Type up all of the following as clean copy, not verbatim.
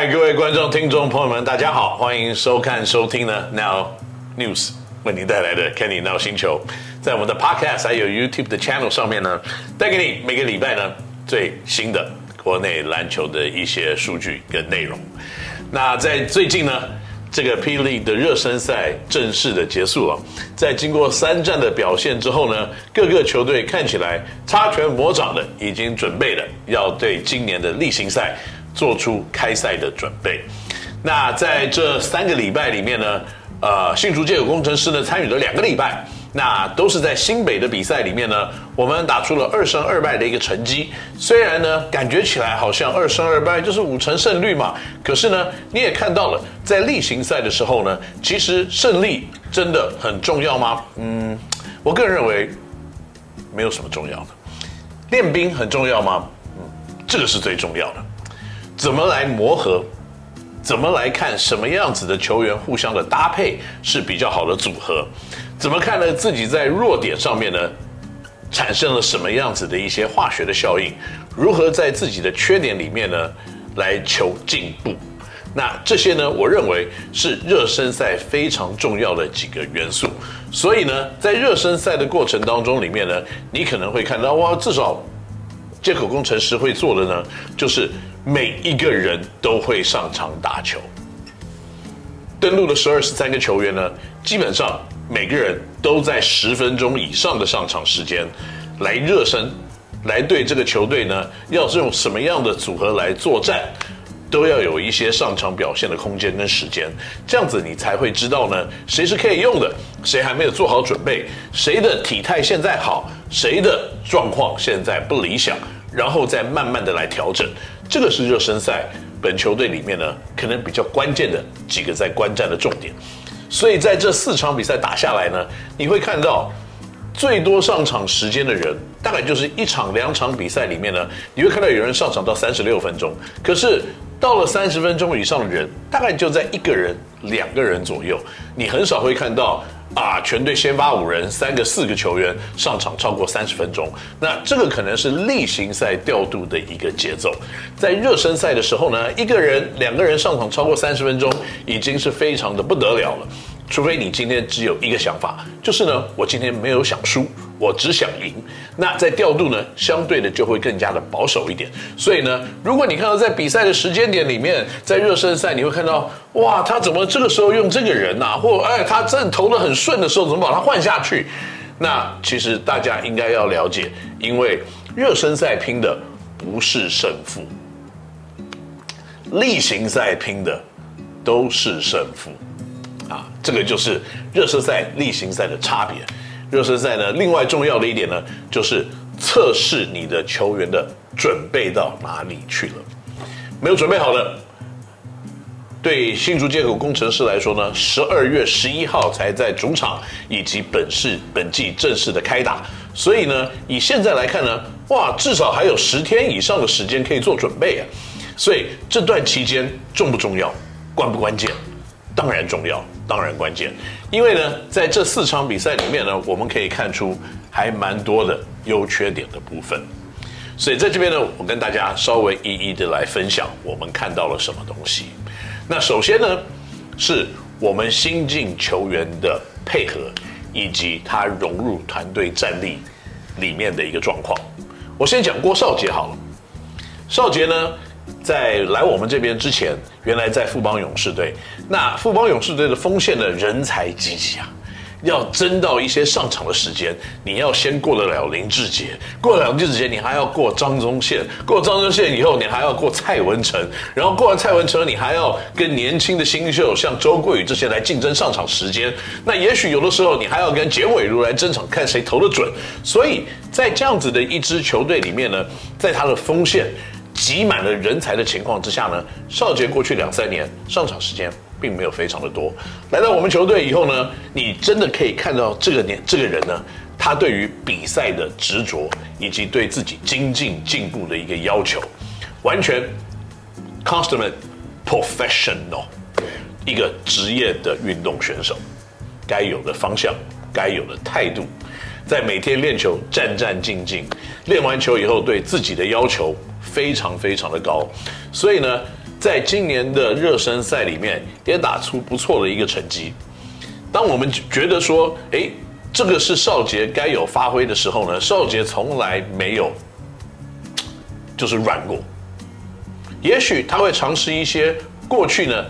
各位观众、听众朋友们，大家好，欢迎收看、收听呢 Now News 为您带来的 Kenny Now 星球，在我们的 Podcast 还有 YouTube 的 Channel 上面呢，带给你每个礼拜呢最新的国内篮球的一些数据跟内容。那在最近呢，这个 P League 的热身赛正式的结束了，在经过3战的表现之后呢，各个球队看起来擦拳磨掌的，已经准备了要对今年的例行赛做出开赛的准备。那在这3个礼拜里面呢，新竹街口工程师呢参与了2个礼拜，那都是在新北的比赛里面呢，我们打出了2胜2败的一个成绩。虽然呢感觉起来好像2胜2败就是5成胜率嘛，可是呢你也看到了，在例行赛的时候呢，其实胜利真的很重要吗？我个人认为没有什么重要的。练兵很重要吗？这个是最重要的。怎么来磨合？怎么来看什么样子的球员互相的搭配是比较好的组合？怎么看呢？自己在弱点上面呢，产生了什么样子的一些化学的效应？如何在自己的缺点里面呢，来求进步？那这些呢，我认为是热身赛非常重要的几个元素。所以呢，在热身赛的过程当中里面呢，你可能会看到哇，至少街口工程师会做的呢，就是每一个人都会上场打球。登录的12、13个球员呢，基本上每个人都在10分钟以上的上场时间来热身，来对这个球队呢，要用什么样的组合来作战，都要有一些上场表现的空间跟时间。这样子你才会知道呢，谁是可以用的，谁还没有做好准备，谁的体态现在好，谁的状况现在不理想，然后再慢慢的来调整。这个是热身赛本球队里面呢，可能比较关键的几个在观战的重点。所以在这4场比赛打下来呢，你会看到最多上场时间的人，大概就是1场2场比赛里面呢，你会看到有人上场到36分钟，可是到了30分钟以上的人，大概就在1个人、2个人左右。你很少会看到全队先发5人，3个、4个球员上场超过30分钟。那这个可能是例行赛调度的一个节奏。在热身赛的时候呢，1个人、2个人上场超过30分钟，已经是非常的不得了了。除非你今天只有一个想法，就是呢，我今天没有想输，我只想赢。那在调度呢，相对的就会更加的保守一点。所以呢，如果你看到在比赛的时间点里面，在热身赛你会看到，哇，他怎么这个时候用这个人啊？或他真的投得很顺的时候，怎么把他换下去？那其实大家应该要了解，因为热身赛拼的不是胜负，例行赛拼的都是胜负。这个就是热身赛、例行赛的差别。热身赛呢，另外重要的一点呢，就是测试你的球员的准备到哪里去了。没有准备好的，对新竹街口工程师来说呢，12月11号才在主场以及本季正式的开打。所以呢，以现在来看呢，哇，至少还有10天以上的时间可以做准备啊。所以这段期间重不重要，关不关键？当然重要，当然关键。因为呢，在这4场比赛里面呢，我们可以看出还蛮多的优缺点的部分。所以在这边呢，我跟大家稍微一一的来分享我们看到了什么东西。那首先呢，是我们新进球员的配合，以及他融入团队战力里面的一个状况。我先讲郭少杰好了。少杰呢，在来我们这边之前，原来在富邦勇士队。那富邦勇士队的锋线的人才济济啊，要争到一些上场的时间，你要先过得了林志杰，过了林志杰，你还要过张宗宪，过张宗宪以后，你还要过蔡文成，然后过完蔡文成，你还要跟年轻的新秀像周桂宇这些来竞争上场时间。那也许有的时候，你还要跟简伟如来争场，看谁投得准。所以在这样子的一支球队里面呢，在他的锋线挤满了人才的情况之下呢，少杰过去2-3年上场时间并没有非常的多。来到我们球队以后呢，你真的可以看到这个人呢，他对于比赛的执着，以及对自己精进进步的一个要求，完全 consummate professional， 一个职业的运动选手该有的方向，该有的态度，在每天练球战战兢兢，练完球以后对自己的要求非常非常的高。所以呢， 在今年的热身赛里面也打出不错的一个成绩。当我们觉得说，这个是少杰该有发挥的时候呢，少杰从来没有就是软过。也许他会尝试一些过去呢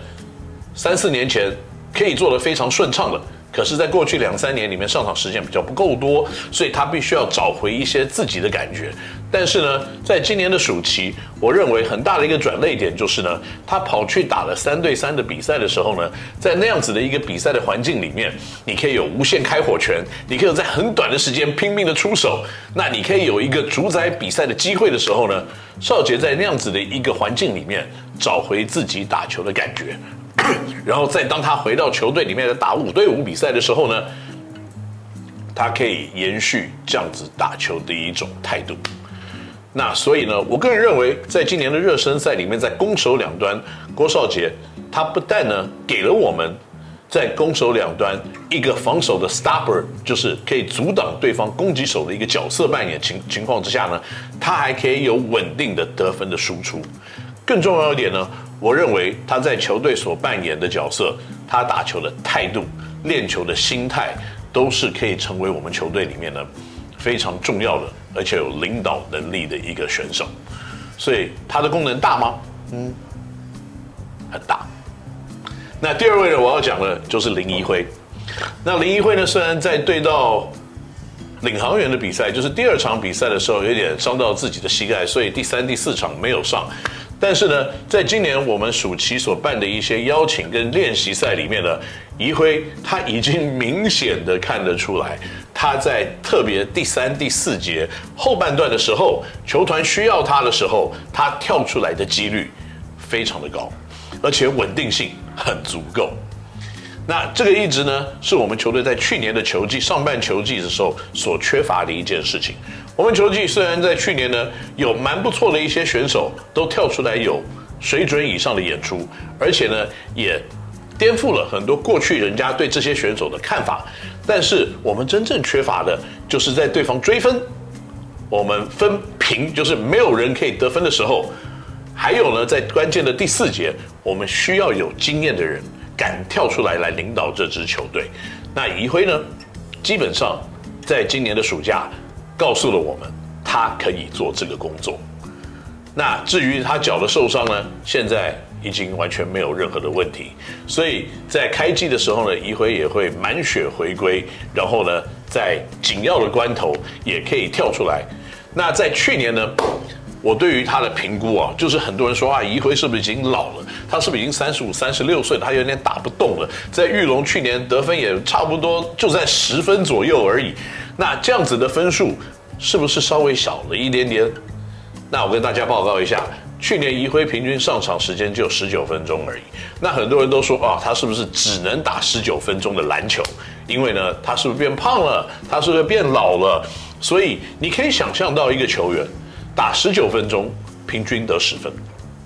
3-4年前可以做得非常顺畅的，可是在过去2-3年里面上场时间比较不够多，所以他必须要找回一些自己的感觉。但是呢，在今年的暑期，我认为很大的一个转捩点就是呢，他跑去打了3对3的比赛的时候呢，在那样子的一个比赛的环境里面，你可以有无限开火权，你可以在很短的时间拼命的出手，那你可以有一个主宰比赛的机会的时候呢，少杰在那样子的一个环境里面找回自己打球的感觉，然后再当他回到球队里面打5对5比赛的时候呢，他可以延续这样子打球的一种态度。那所以呢，我个人认为，在今年的热身赛里面，在攻守两端，郭少杰他不但呢给了我们在攻守两端一个防守的 stopper， 就是可以阻挡对方攻击手的一个角色扮演情况之下呢，他还可以有稳定的得分的输出。更重要一点呢，我认为他在球队所扮演的角色，他打球的态度、练球的心态，都是可以成为我们球队里面呢非常重要的，而且有领导能力的一个选手。所以他的功能大吗？很大。那第二位呢，我要讲的就是林怡辉。那林怡辉呢，虽然在对到领航员的比赛，就是第2场比赛的时候有点伤到自己的膝盖，所以第3、第4场没有上。但是呢，在今年我们暑期所办的一些邀请跟练习赛里面呢，怡辉他已经明显的看得出来，他在特别第3、第4节后半段的时候，球团需要他的时候，他跳出来的几率非常的高，而且稳定性很足够。那这个一直呢，是我们球队在去年的球季上半球季的时候所缺乏的一件事情。我们球季虽然在去年呢有蛮不错的一些选手都跳出来有水准以上的演出，而且呢也颠覆了很多过去人家对这些选手的看法，但是我们真正缺乏的就是在对方追分，我们分平，就是没有人可以得分的时候，还有呢在关键的第4节，我们需要有经验的人敢跳出来领导这支球队。那怡辉呢，基本上在今年的暑假告诉了我们，他可以做这个工作。那至于他脚的受伤呢，现在已经完全没有任何的问题，所以在开季的时候呢，怡辉也会满血回归，然后呢，在紧要的关头也可以跳出来。那在去年呢，我对于他的评估啊，就是很多人说怡辉是不是已经老了？他是不是已经35、36岁了？他有点打不动了。在裕隆去年得分也差不多就在10分左右而已。那这样子的分数是不是稍微小了一点点？那我跟大家报告一下，去年怡辉平均上场时间就有19分钟而已。那很多人都说他是不是只能打19分钟的篮球？因为呢，他是不是变胖了？他是不是变老了？所以你可以想象到一个球员打19分钟，平均得10分。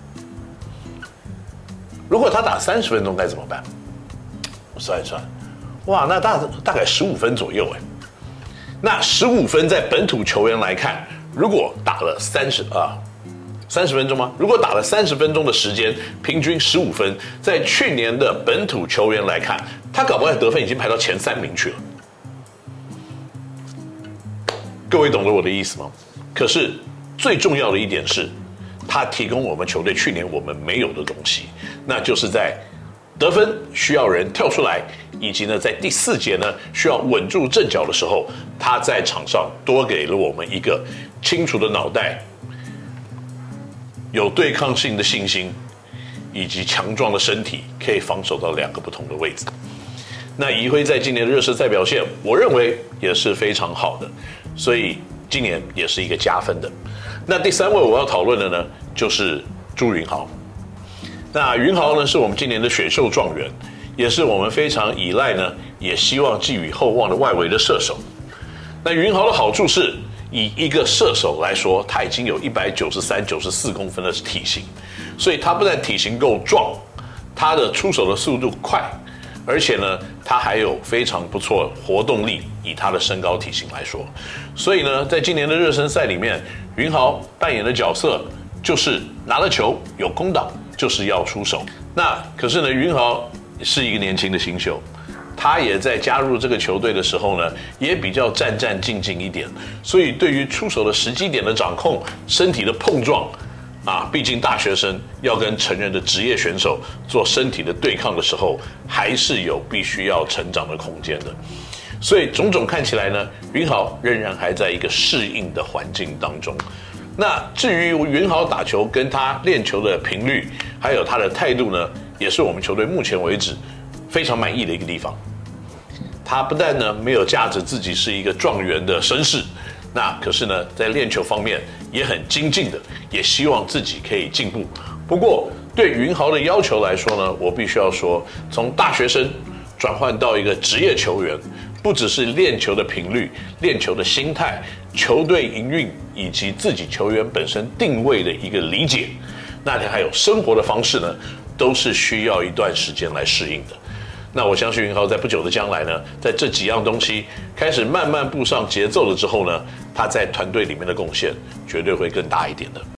如果他打30分钟该怎么办？我算一算，哇，那大概15分左右哎。那15分在本土球员来看，如果打了30分钟吗？如果打了30分钟的时间，平均15分，在去年的本土球员来看，他搞不好得分已经排到前3名去了。各位懂得我的意思吗？可是最重要的一点是，他提供我们球队去年我们没有的东西，那就是在得分需要人跳出来，以及呢在第4节呢需要稳住阵脚的时候，他在场上多给了我们一个清楚的脑袋，有对抗性的信心，以及强壮的身体，可以防守到2个不同的位置。那怡辉在今年的热身赛表现，我认为也是非常好的，所以今年也是一个加分的。那第3位我要讨论的呢，就是朱云豪。那云豪呢，是我们今年的选秀状元，也是我们非常依赖呢，也希望寄予厚望的外围的射手。那云豪的好处是，以一个射手来说，他已经有193、94公分的体型，所以他不但体型够壮，他的出手的速度快，而且呢，他还有非常不错活动力，以他的身高体型来说。所以呢，在今年的热身赛里面，云豪扮演的角色就是拿了球有空档， 就是要出手。那可是呢，云豪是一个年轻的新秀，他也在加入这个球队的时候呢，也比较战战兢兢一点，所以对于出手的时机点的掌控、身体的碰撞，毕竟大学生要跟成人的职业选手做身体的对抗的时候，还是有必须要成长的空间的。所以种种看起来呢，云豪仍然还在一个适应的环境当中。那至于云豪打球跟他练球的频率，还有他的态度呢，也是我们球队目前为止非常满意的一个地方。他不但呢没有架着自己是一个状元的身世，那可是呢在练球方面也很精进的，也希望自己可以进步。不过对云豪的要求来说呢，我必须要说，从大学生转换到一个职业球员，不只是练球的频率、练球的心态、球队营运以及自己球员本身定位的一个理解，那还有生活的方式呢，都是需要一段时间来适应的。那我相信云豪在不久的将来呢，在这几样东西开始慢慢步上节奏了之后呢，他在团队里面的贡献绝对会更大一点的。